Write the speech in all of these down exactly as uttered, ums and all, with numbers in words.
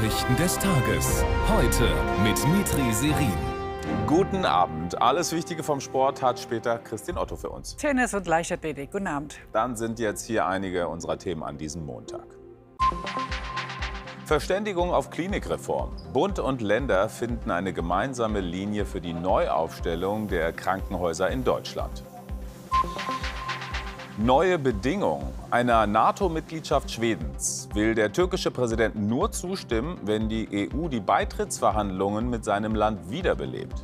Nachrichten des Tages. Heute mit Mitri Serin. Guten Abend. Alles Wichtige vom Sport hat später Christine Otto für uns. Tennis und Leichtathletik. Guten Abend. Dann sind jetzt hier einige unserer Themen an diesem Montag. Verständigung auf Klinikreform. Bund und Länder finden eine gemeinsame Linie für die Neuaufstellung der Krankenhäuser in Deutschland. Neue Bedingungen einer NATO-Mitgliedschaft Schwedens will der türkische Präsident nur zustimmen, wenn die E U die Beitrittsverhandlungen mit seinem Land wiederbelebt.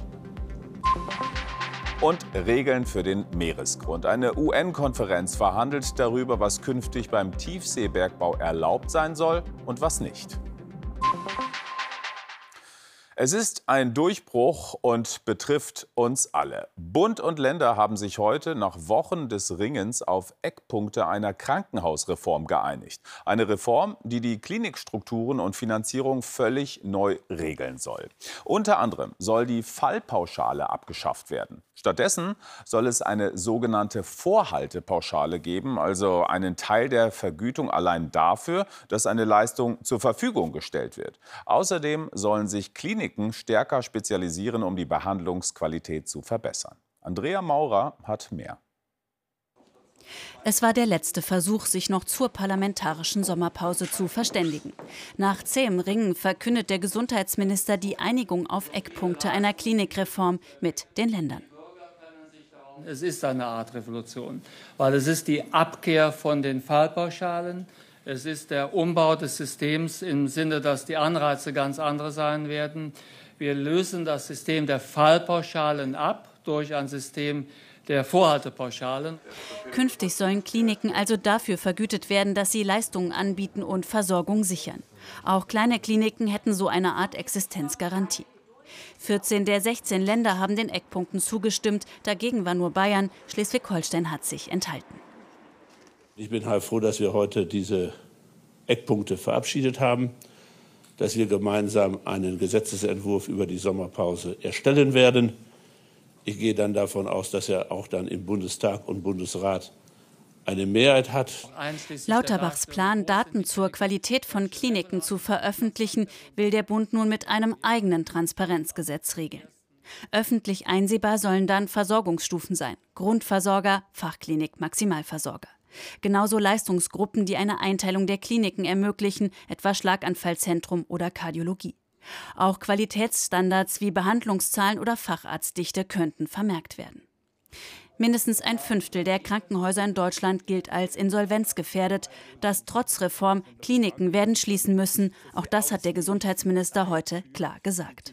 Und Regeln für den Meeresgrund. Eine U N-Konferenz verhandelt darüber, was künftig beim Tiefseebergbau erlaubt sein soll und was nicht. Es ist ein Durchbruch und betrifft uns alle. Bund und Länder haben sich heute nach Wochen des Ringens auf Eckpunkte einer Krankenhausreform geeinigt. Eine Reform, die die Klinikstrukturen und Finanzierung völlig neu regeln soll. Unter anderem soll die Fallpauschale abgeschafft werden. Stattdessen soll es eine sogenannte Vorhaltepauschale geben, also einen Teil der Vergütung allein dafür, dass eine Leistung zur Verfügung gestellt wird. Außerdem sollen sich Kliniken stärker spezialisieren, um die Behandlungsqualität zu verbessern. Andrea Maurer hat mehr. Es war der letzte Versuch, sich noch zur parlamentarischen Sommerpause zu verständigen. Nach zähem Ringen verkündet der Gesundheitsminister die Einigung auf Eckpunkte einer Klinikreform mit den Ländern. Es ist eine Art Revolution, weil es ist die Abkehr von den Fallpauschalen. Es ist der Umbau des Systems im Sinne, dass die Anreize ganz andere sein werden. Wir lösen das System der Fallpauschalen ab durch ein System der Vorhaltepauschalen. Künftig sollen Kliniken also dafür vergütet werden, dass sie Leistungen anbieten und Versorgung sichern. Auch kleine Kliniken hätten so eine Art Existenzgarantie. vierzehn der sechzehn Länder haben den Eckpunkten zugestimmt. Dagegen war nur Bayern. Schleswig-Holstein hat sich enthalten. Ich bin halt froh, dass wir heute diese Eckpunkte verabschiedet haben, dass wir gemeinsam einen Gesetzesentwurf über die Sommerpause erstellen werden. Ich gehe dann davon aus, dass er auch dann im Bundestag und Bundesrat eine Mehrheit hat. Lauterbachs Plan, Daten zur Qualität von Kliniken zu veröffentlichen, will der Bund nun mit einem eigenen Transparenzgesetz regeln. Öffentlich einsehbar sollen dann Versorgungsstufen sein: Grundversorger, Fachklinik, Maximalversorger. Genauso Leistungsgruppen, die eine Einteilung der Kliniken ermöglichen, etwa Schlaganfallzentrum oder Kardiologie. Auch Qualitätsstandards wie Behandlungszahlen oder Facharztdichte könnten vermerkt werden. Mindestens ein Fünftel der Krankenhäuser in Deutschland gilt als insolvenzgefährdet. Das trotz Reform. Kliniken werden schließen müssen. Auch das hat der Gesundheitsminister heute klar gesagt.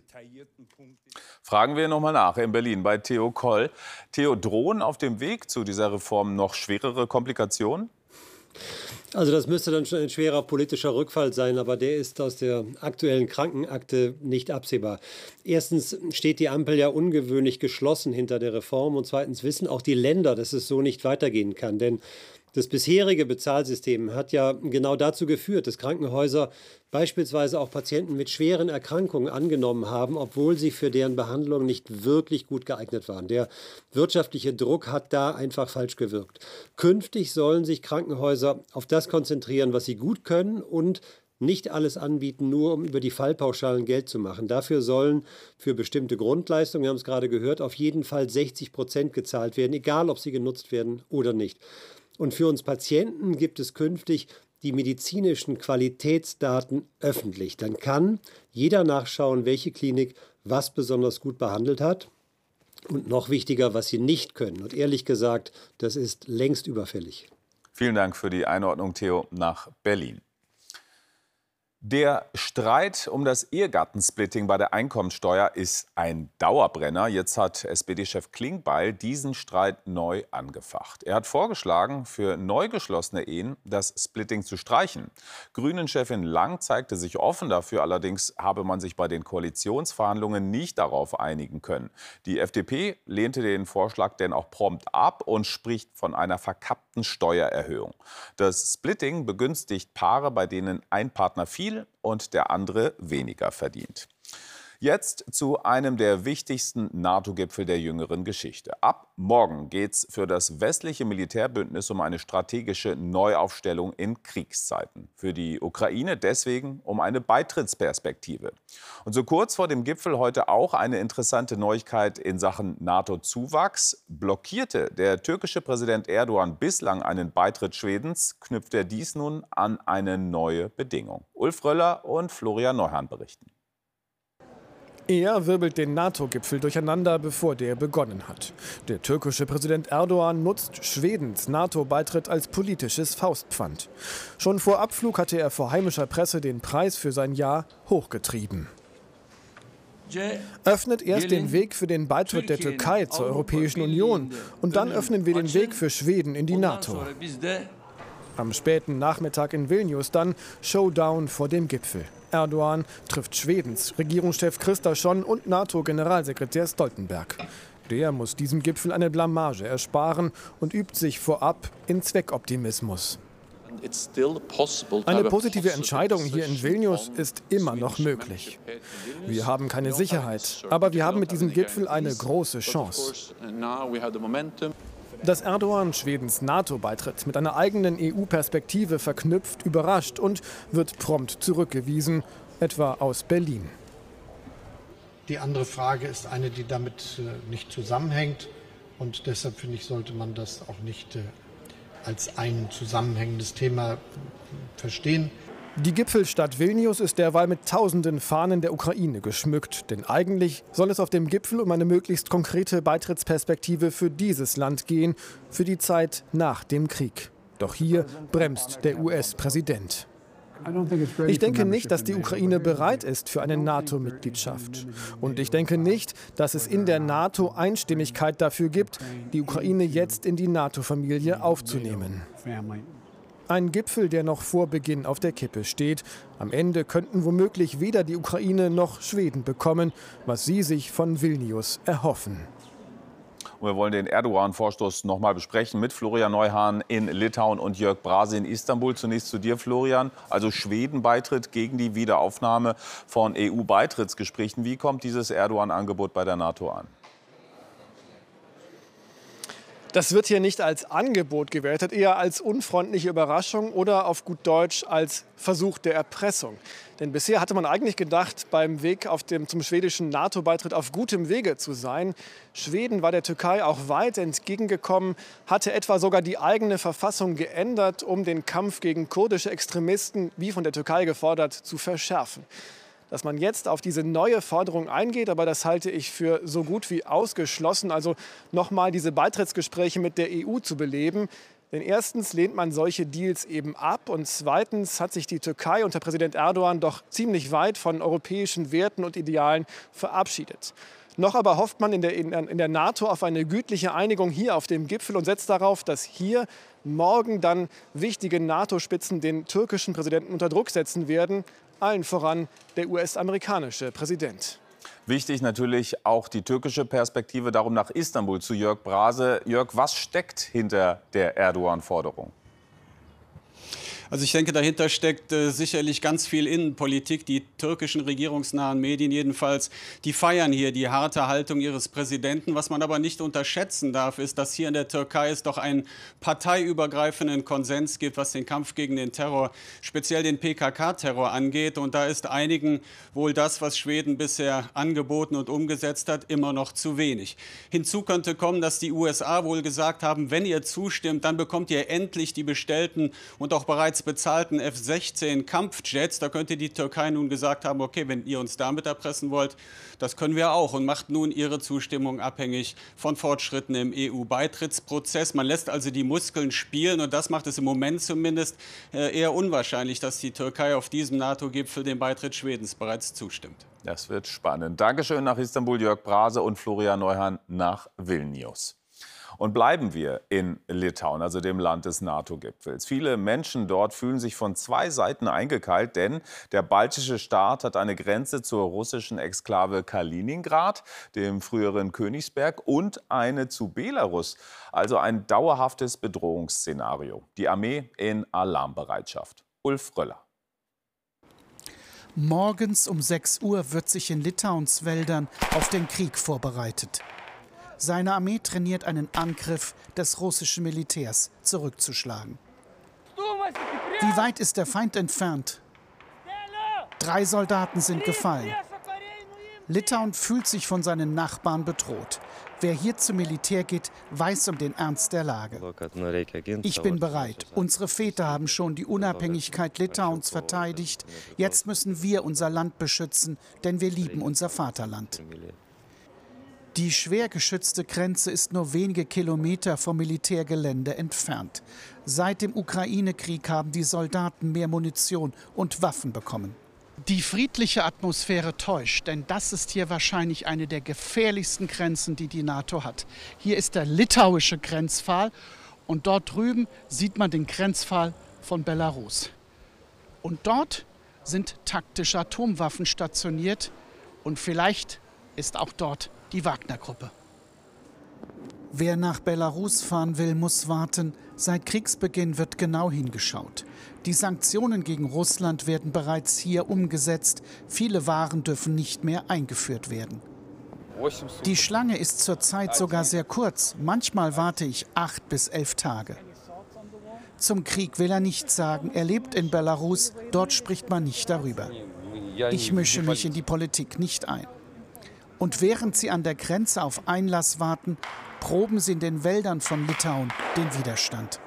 Fragen wir noch mal nach in Berlin bei Theo Koll. Theo, drohen auf dem Weg zu dieser Reform noch schwerere Komplikationen? Also das müsste dann schon ein schwerer politischer Rückfall sein, aber der ist aus der aktuellen Krankenakte nicht absehbar. Erstens steht die Ampel ja ungewöhnlich geschlossen hinter der Reform und zweitens wissen auch die Länder, dass es so nicht weitergehen kann, denn das bisherige Bezahlsystem hat ja genau dazu geführt, dass Krankenhäuser beispielsweise auch Patienten mit schweren Erkrankungen angenommen haben, obwohl sie für deren Behandlung nicht wirklich gut geeignet waren. Der wirtschaftliche Druck hat da einfach falsch gewirkt. Künftig sollen sich Krankenhäuser auf das konzentrieren, was sie gut können und nicht alles anbieten, nur um über die Fallpauschalen Geld zu machen. Dafür sollen für bestimmte Grundleistungen, wir haben es gerade gehört, auf jeden Fall sechzig Prozent gezahlt werden, egal ob sie genutzt werden oder nicht. Und für uns Patienten gibt es künftig die medizinischen Qualitätsdaten öffentlich. Dann kann jeder nachschauen, welche Klinik was besonders gut behandelt hat und noch wichtiger, was sie nicht können. Und ehrlich gesagt, das ist längst überfällig. Vielen Dank für die Einordnung, Theo, nach Berlin. Der Streit um das Ehegattensplitting bei der Einkommensteuer ist ein Dauerbrenner. Jetzt hat S P D-Chef Klingbeil diesen Streit neu angefacht. Er hat vorgeschlagen, für neu geschlossene Ehen das Splitting zu streichen. Grünen-Chefin Lang zeigte sich offen dafür, allerdings habe man sich bei den Koalitionsverhandlungen nicht darauf einigen können. Die F D P lehnte den Vorschlag denn auch prompt ab und spricht von einer verkappten Steuererhöhung. Das Splitting begünstigt Paare, bei denen ein Partner viel und der andere weniger verdient. Jetzt zu einem der wichtigsten NATO-Gipfel der jüngeren Geschichte. Ab morgen geht es für das westliche Militärbündnis um eine strategische Neuaufstellung in Kriegszeiten. Für die Ukraine deswegen um eine Beitrittsperspektive. Und so kurz vor dem Gipfel heute auch eine interessante Neuigkeit in Sachen NATO-Zuwachs. Blockierte der türkische Präsident Erdogan bislang einen Beitritt Schwedens, knüpft er dies nun an eine neue Bedingung. Ulf Röller und Florian Neuhan berichten. Er wirbelt den NATO-Gipfel durcheinander, bevor der begonnen hat. Der türkische Präsident Erdogan nutzt Schwedens NATO-Beitritt als politisches Faustpfand. Schon vor Abflug hatte er vor heimischer Presse den Preis für sein Ja hochgetrieben. Öffnet erst den Weg für den Beitritt der Türkei zur Europäischen Union und dann öffnen wir den Weg für Schweden in die NATO. Am späten Nachmittag in Vilnius dann Showdown vor dem Gipfel. Erdogan trifft Schwedens Regierungschef Kristersson und NATO-Generalsekretär Stoltenberg. Der muss diesem Gipfel eine Blamage ersparen und übt sich vorab in Zweckoptimismus. Eine positive Entscheidung hier in Vilnius ist immer noch möglich. Wir haben keine Sicherheit, aber wir haben mit diesem Gipfel eine große Chance. Dass Erdogan Schwedens NATO-Beitritt mit einer eigenen E U-Perspektive verknüpft, überrascht und wird prompt zurückgewiesen, etwa aus Berlin. Die andere Frage ist eine, die damit äh, nicht zusammenhängt. Und deshalb finde ich, sollte man das auch nicht äh, als ein zusammenhängendes Thema verstehen. Die Gipfelstadt Vilnius ist derweil mit tausenden Fahnen der Ukraine geschmückt. Denn eigentlich soll es auf dem Gipfel um eine möglichst konkrete Beitrittsperspektive für dieses Land gehen, für die Zeit nach dem Krieg. Doch hier bremst der U S-Präsident. Ich denke nicht, dass die Ukraine bereit ist für eine NATO-Mitgliedschaft. Und ich denke nicht, dass es in der NATO Einstimmigkeit dafür gibt, die Ukraine jetzt in die NATO-Familie aufzunehmen. Ein Gipfel, der noch vor Beginn auf der Kippe steht. Am Ende könnten womöglich weder die Ukraine noch Schweden bekommen, was sie sich von Vilnius erhoffen. Und wir wollen den Erdogan-Vorstoß noch mal besprechen mit Florian Neuhan in Litauen und Jörg Brase in Istanbul. Zunächst zu dir, Florian. Also Schweden-Beitritt gegen die Wiederaufnahme von E U-Beitrittsgesprächen. Wie kommt dieses Erdogan-Angebot bei der NATO an? Das wird hier nicht als Angebot gewertet, eher als unfreundliche Überraschung oder auf gut Deutsch als Versuch der Erpressung. Denn bisher hatte man eigentlich gedacht, beim Weg auf dem, zum schwedischen NATO-Beitritt auf gutem Wege zu sein. Schweden war der Türkei auch weit entgegengekommen, hatte etwa sogar die eigene Verfassung geändert, um den Kampf gegen kurdische Extremisten, wie von der Türkei gefordert, zu verschärfen. Dass man jetzt auf diese neue Forderung eingeht, aber das halte ich für so gut wie ausgeschlossen, also nochmal diese Beitrittsgespräche mit der E U zu beleben. Denn erstens lehnt man solche Deals eben ab und zweitens hat sich die Türkei unter Präsident Erdogan doch ziemlich weit von europäischen Werten und Idealen verabschiedet. Noch aber hofft man in der, in der NATO auf eine gütliche Einigung hier auf dem Gipfel und setzt darauf, dass hier morgen dann wichtige NATO-Spitzen den türkischen Präsidenten unter Druck setzen werden. Allen voran der U S-amerikanische Präsident. Wichtig natürlich auch die türkische Perspektive, darum nach Istanbul zu Jörg Brase. Jörg, was steckt hinter der Erdogan-Forderung? Also ich denke, dahinter steckt äh, sicherlich ganz viel Innenpolitik. Die türkischen regierungsnahen Medien jedenfalls, die feiern hier die harte Haltung ihres Präsidenten. Was man aber nicht unterschätzen darf, ist, dass hier in der Türkei es doch einen parteiübergreifenden Konsens gibt, was den Kampf gegen den Terror, speziell den P K K-Terror angeht. Und da ist einigen wohl das, was Schweden bisher angeboten und umgesetzt hat, immer noch zu wenig. Hinzu könnte kommen, dass die U S A wohl gesagt haben, wenn ihr zustimmt, dann bekommt ihr endlich die bestellten und auch bereits bezahlten F sechzehn Kampfjets. Da könnte die Türkei nun gesagt haben, okay, wenn ihr uns damit erpressen wollt, das können wir auch, und macht nun ihre Zustimmung abhängig von Fortschritten im E U-Beitrittsprozess. Man lässt also die Muskeln spielen und das macht es im Moment zumindest eher unwahrscheinlich, dass die Türkei auf diesem NATO-Gipfel dem Beitritt Schwedens bereits zustimmt. Das wird spannend. Dankeschön nach Istanbul, Jörg Brase, und Florian Neuhan nach Vilnius. Und bleiben wir in Litauen, also dem Land des NATO-Gipfels. Viele Menschen dort fühlen sich von zwei Seiten eingekeilt, denn der baltische Staat hat eine Grenze zur russischen Exklave Kaliningrad, dem früheren Königsberg, und eine zu Belarus. Also ein dauerhaftes Bedrohungsszenario. Die Armee in Alarmbereitschaft. Ulf Röller. Morgens um sechs Uhr wird sich in Litauens Wäldern auf den Krieg vorbereitet. Seine Armee trainiert einen Angriff des russischen Militärs zurückzuschlagen. Wie weit ist der Feind entfernt? Drei Soldaten sind gefallen. Litauen fühlt sich von seinen Nachbarn bedroht. Wer hier zum Militär geht, weiß um den Ernst der Lage. Ich bin bereit. Unsere Väter haben schon die Unabhängigkeit Litauens verteidigt. Jetzt müssen wir unser Land beschützen, denn wir lieben unser Vaterland. Die schwer geschützte Grenze ist nur wenige Kilometer vom Militärgelände entfernt. Seit dem Ukraine-Krieg haben die Soldaten mehr Munition und Waffen bekommen. Die friedliche Atmosphäre täuscht, denn das ist hier wahrscheinlich eine der gefährlichsten Grenzen, die die NATO hat. Hier ist der litauische Grenzpfahl und dort drüben sieht man den Grenzpfahl von Belarus. Und dort sind taktische Atomwaffen stationiert und vielleicht ist auch dort die Wagner-Gruppe. Wer nach Belarus fahren will, muss warten. Seit Kriegsbeginn wird genau hingeschaut. Die Sanktionen gegen Russland werden bereits hier umgesetzt. Viele Waren dürfen nicht mehr eingeführt werden. Die Schlange ist zurzeit sogar sehr kurz. Manchmal warte ich acht bis elf Tage. Zum Krieg will er nichts sagen. Er lebt in Belarus. Dort spricht man nicht darüber. Ich mische mich in die Politik nicht ein. Und während sie an der Grenze auf Einlass warten, proben sie in den Wäldern von Litauen den Widerstand.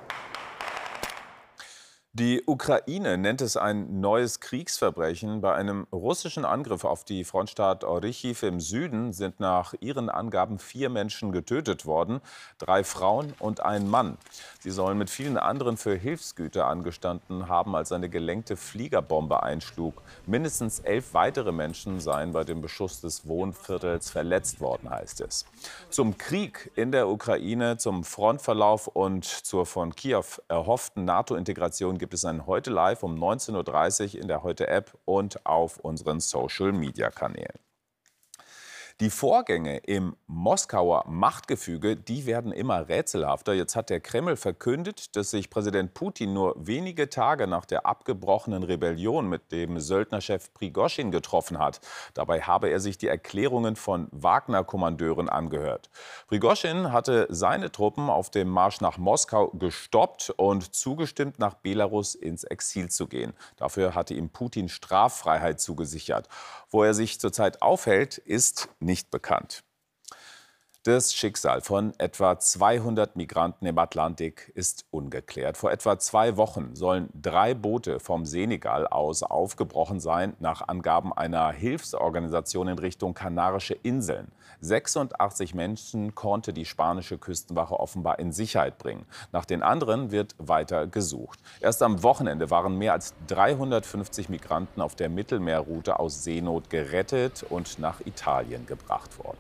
Die Ukraine nennt es ein neues Kriegsverbrechen. Bei einem russischen Angriff auf die Frontstadt Oricchiv im Süden sind nach ihren Angaben vier Menschen getötet worden, drei Frauen und ein Mann. Sie sollen mit vielen anderen für Hilfsgüter angestanden haben, als eine gelenkte Fliegerbombe einschlug. Mindestens elf weitere Menschen seien bei dem Beschuss des Wohnviertels verletzt worden, heißt es. Zum Krieg in der Ukraine, zum Frontverlauf und zur von Kiew erhofften NATO-Integration gibt es ein Heute Live um neunzehn Uhr dreißig in der Heute-App und auf unseren Social-Media-Kanälen. Die Vorgänge im Moskauer Machtgefüge, die werden immer rätselhafter. Jetzt hat der Kreml verkündet, dass sich Präsident Putin nur wenige Tage nach der abgebrochenen Rebellion mit dem Söldnerchef Prigoschin getroffen hat. Dabei habe er sich die Erklärungen von Wagner-Kommandeuren angehört. Prigoschin hatte seine Truppen auf dem Marsch nach Moskau gestoppt und zugestimmt, nach Belarus ins Exil zu gehen. Dafür hatte ihm Putin Straffreiheit zugesichert. Wo er sich zurzeit aufhält, ist nicht bekannt. Das Schicksal von etwa zweihundert Migranten im Atlantik ist ungeklärt. Vor etwa zwei Wochen sollen drei Boote vom Senegal aus aufgebrochen sein, nach Angaben einer Hilfsorganisation in Richtung Kanarische Inseln. sechsundachtzig Menschen konnte die spanische Küstenwache offenbar in Sicherheit bringen. Nach den anderen wird weiter gesucht. Erst am Wochenende waren mehr als dreihundertfünfzig Migranten auf der Mittelmeerroute aus Seenot gerettet und nach Italien gebracht worden.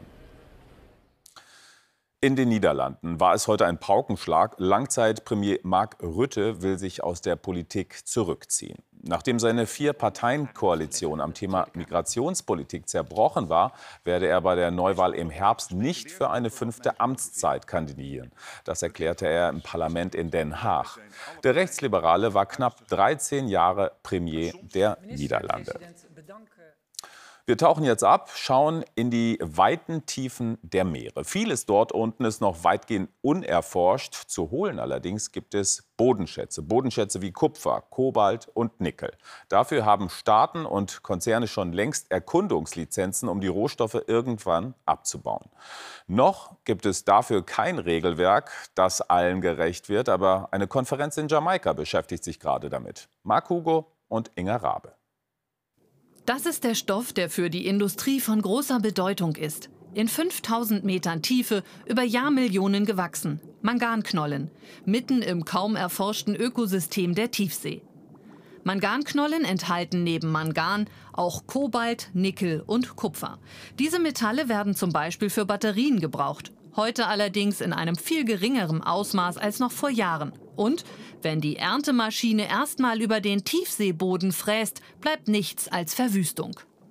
In den Niederlanden war es heute ein Paukenschlag. Langzeitpremier Mark Rutte will sich aus der Politik zurückziehen. Nachdem seine Vier-Parteien-Koalition am Thema Migrationspolitik zerbrochen war, werde er bei der Neuwahl im Herbst nicht für eine fünfte Amtszeit kandidieren. Das erklärte er im Parlament in Den Haag. Der Rechtsliberale war knapp dreizehn Jahre Premier der Niederlande. Wir tauchen jetzt ab, schauen in die weiten Tiefen der Meere. Vieles dort unten ist noch weitgehend unerforscht. Zu holen allerdings gibt es Bodenschätze. Bodenschätze wie Kupfer, Kobalt und Nickel. Dafür haben Staaten und Konzerne schon längst Erkundungslizenzen, um die Rohstoffe irgendwann abzubauen. Noch gibt es dafür kein Regelwerk, das allen gerecht wird. Aber eine Konferenz in Jamaika beschäftigt sich gerade damit. Marc Hugo und Inga Rabe. Das ist der Stoff, der für die Industrie von großer Bedeutung ist. In fünftausend Metern Tiefe, über Jahrmillionen gewachsen. Manganknollen, mitten im kaum erforschten Ökosystem der Tiefsee. Manganknollen enthalten neben Mangan auch Kobalt, Nickel und Kupfer. Diese Metalle werden zum Beispiel für Batterien gebraucht. Heute allerdings in einem viel geringeren Ausmaß als noch vor Jahren. Und wenn die Erntemaschine erstmal über den Tiefseeboden fräst, bleibt nichts als Verwüstung.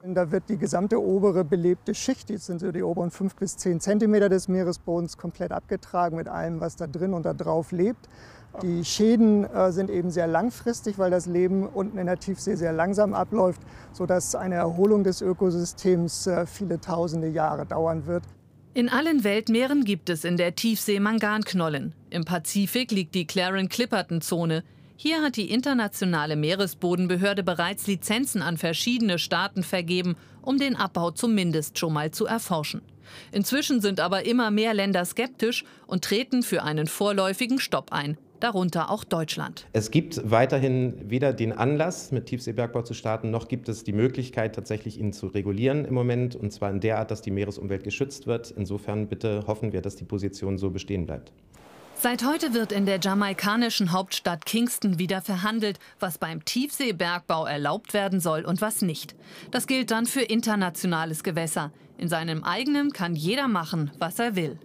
Da wird die gesamte obere belebte Schicht, das sind so die oberen fünf bis zehn Zentimeter des Meeresbodens, komplett abgetragen mit allem, was da drin und da drauf lebt. Die Schäden äh, sind eben sehr langfristig, weil das Leben unten in der Tiefsee sehr langsam abläuft, sodass eine Erholung des Ökosystems äh, viele tausende Jahre dauern wird. In allen Weltmeeren gibt es in der Tiefsee Manganknollen. Im Pazifik liegt die Clarion-Clipperton-Zone. Hier hat die internationale Meeresbodenbehörde bereits Lizenzen an verschiedene Staaten vergeben, um den Abbau zumindest schon mal zu erforschen. Inzwischen sind aber immer mehr Länder skeptisch und treten für einen vorläufigen Stopp ein, darunter auch Deutschland. Es gibt weiterhin weder den Anlass, mit Tiefseebergbau zu starten, noch gibt es die Möglichkeit, tatsächlich ihn zu regulieren im Moment, und zwar in der Art, dass die Meeresumwelt geschützt wird. Insofern bitte hoffen wir, dass die Position so bestehen bleibt. Seit heute wird in der jamaikanischen Hauptstadt Kingston wieder verhandelt, was beim Tiefseebergbau erlaubt werden soll und was nicht. Das gilt dann für internationales Gewässer. In seinem eigenen kann jeder machen, was er will.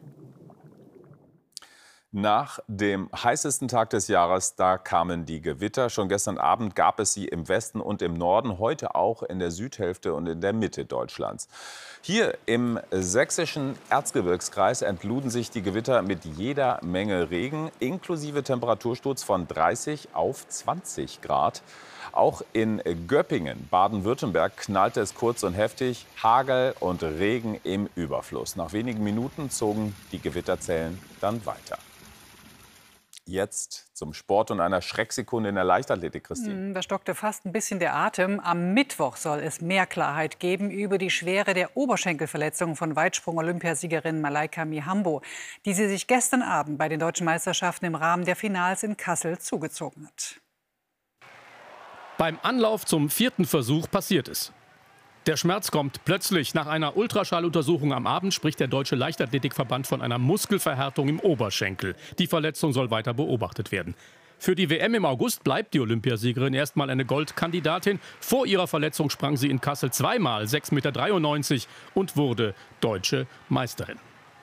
Nach dem heißesten Tag des Jahres, da kamen die Gewitter. Schon gestern Abend gab es sie im Westen und im Norden, heute auch in der Südhälfte und in der Mitte Deutschlands. Hier im sächsischen Erzgebirgskreis entluden sich die Gewitter mit jeder Menge Regen, inklusive Temperatursturz von dreißig auf zwanzig Grad. Auch in Göppingen, Baden-Württemberg, knallte es kurz und heftig, Hagel und Regen im Überfluss. Nach wenigen Minuten zogen die Gewitterzellen dann weiter. Jetzt zum Sport und einer Schrecksekunde in der Leichtathletik, Christine. Da stockte fast ein bisschen der Atem. Am Mittwoch soll es mehr Klarheit geben über die Schwere der Oberschenkelverletzung von Weitsprung-Olympiasiegerin Malaika Mihambo, die sie sich gestern Abend bei den Deutschen Meisterschaften im Rahmen der Finals in Kassel zugezogen hat. Beim Anlauf zum vierten Versuch passiert es. Der Schmerz kommt plötzlich. Nach einer Ultraschalluntersuchung am Abend spricht der Deutsche Leichtathletikverband von einer Muskelverhärtung im Oberschenkel. Die Verletzung soll weiter beobachtet werden. Für die W M im August bleibt die Olympiasiegerin erstmal eine Goldkandidatin. Vor ihrer Verletzung sprang sie in Kassel zweimal sechs Komma dreiundneunzig Meter und wurde deutsche Meisterin.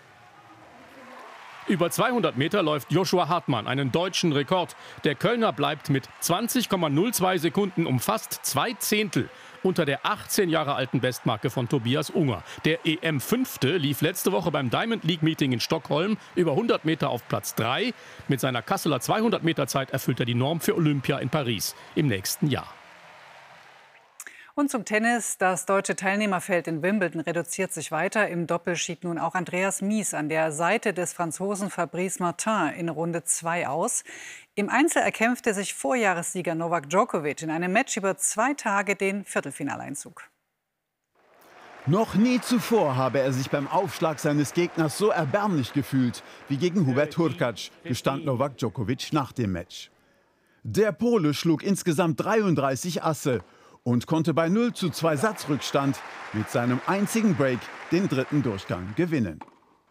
Über zweihundert Meter läuft Joshua Hartmann einen deutschen Rekord. Der Kölner bleibt mit zwanzig Komma null zwei Sekunden um fast zwei Zehntel unter der achtzehn Jahre alten Bestmarke von Tobias Unger. Der E M-Fünfte lief letzte Woche beim Diamond League Meeting in Stockholm über hundert Meter auf Platz drei. Mit seiner Kasseler zweihundert Meter Zeit erfüllt er die Norm für Olympia in Paris im nächsten Jahr. Und zum Tennis. Das deutsche Teilnehmerfeld in Wimbledon reduziert sich weiter. Im Doppel schied nun auch Andreas Mies an der Seite des Franzosen Fabrice Martin in Runde zwei aus. Im Einzel erkämpfte sich Vorjahressieger Novak Djokovic in einem Match über zwei Tage den Viertelfinaleinzug. Noch nie zuvor habe er sich beim Aufschlag seines Gegners so erbärmlich gefühlt wie gegen Hubert Hurkacz, gestand Novak Djokovic nach dem Match. Der Pole schlug insgesamt dreiunddreißig Asse und konnte bei null zu zwei Satzrückstand mit seinem einzigen Break den dritten Durchgang gewinnen.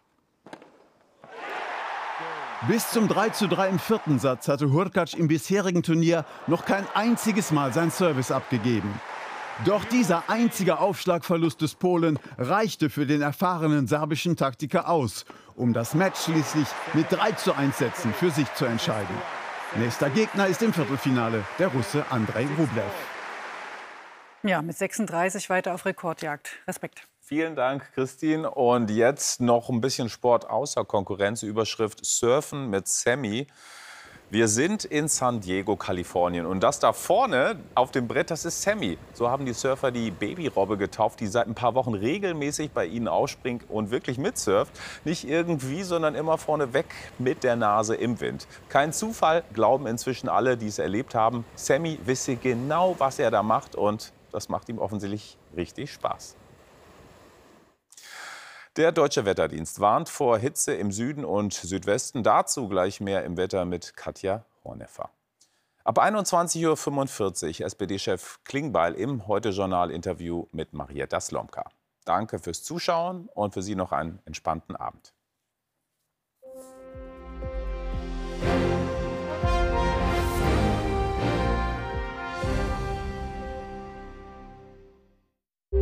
Bis zum drei zu drei im vierten Satz hatte Hurkacz im bisherigen Turnier noch kein einziges Mal sein Service abgegeben. Doch dieser einzige Aufschlagverlust des Polen reichte für den erfahrenen serbischen Taktiker aus, um das Match schließlich mit drei zu eins Sätzen für sich zu entscheiden. Nächster Gegner ist im Viertelfinale der Russe Andrei Rublev. Ja, mit sechsunddreißig weiter auf Rekordjagd. Respekt. Vielen Dank, Christine. Und jetzt noch ein bisschen Sport außer Konkurrenz. Überschrift Surfen mit Sammy. Wir sind in San Diego, Kalifornien. Und das da vorne auf dem Brett, das ist Sammy. So haben die Surfer die Babyrobbe getauft, die seit ein paar Wochen regelmäßig bei ihnen ausspringt und wirklich mitsurft. Nicht irgendwie, sondern immer vorne weg mit der Nase im Wind. Kein Zufall, glauben inzwischen alle, die es erlebt haben. Sammy wisse genau, was er da macht, und das macht ihm offensichtlich richtig Spaß. Der Deutsche Wetterdienst warnt vor Hitze im Süden und Südwesten. Dazu gleich mehr im Wetter mit Katja Horneffer. Ab einundzwanzig Uhr fünfundvierzig S P D-Chef Klingbeil im Heute-Journal-Interview mit Marietta Slomka. Danke fürs Zuschauen und für Sie noch einen entspannten Abend.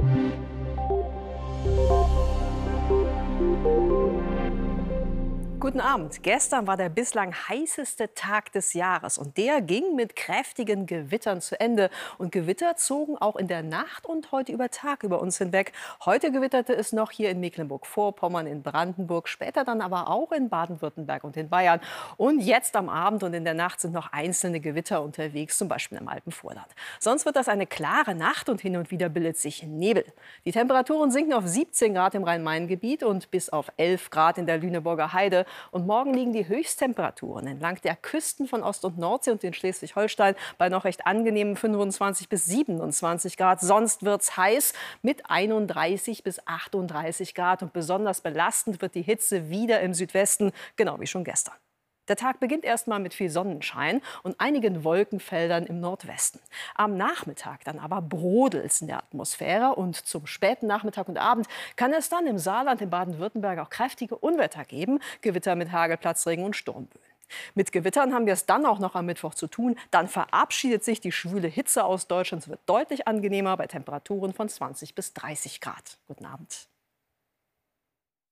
Guten Guten Abend. Gestern war der bislang heißeste Tag des Jahres und der ging mit kräftigen Gewittern zu Ende. Und Gewitter zogen auch in der Nacht und heute über Tag über uns hinweg. Heute gewitterte es noch hier in Mecklenburg-Vorpommern, in Brandenburg, später dann aber auch in Baden-Württemberg und in Bayern. Und jetzt am Abend und in der Nacht sind noch einzelne Gewitter unterwegs, zum Beispiel im Alpenvorland. Sonst wird das eine klare Nacht und hin und wieder bildet sich Nebel. Die Temperaturen sinken auf siebzehn Grad im Rhein-Main-Gebiet und bis auf elf Grad in der Lüneburger Heide. Und morgen liegen die Höchsttemperaturen entlang der Küsten von Ost- und Nordsee und in Schleswig-Holstein bei noch recht angenehmen fünfundzwanzig bis siebenundzwanzig Grad. Sonst wird es heiß mit einunddreißig bis achtunddreißig Grad. Und besonders belastend wird die Hitze wieder im Südwesten, genau wie schon gestern. Der Tag beginnt erstmal mit viel Sonnenschein und einigen Wolkenfeldern im Nordwesten. Am Nachmittag dann aber brodelt es in der Atmosphäre und zum späten Nachmittag und Abend kann es dann im Saarland, in Baden-Württemberg auch kräftige Unwetter geben, Gewitter mit Hagel, Platzregen und Sturmböen. Mit Gewittern haben wir es dann auch noch am Mittwoch zu tun. Dann verabschiedet sich die schwüle Hitze aus Deutschland. Es wird deutlich angenehmer bei Temperaturen von zwanzig bis dreißig Grad. Guten Abend.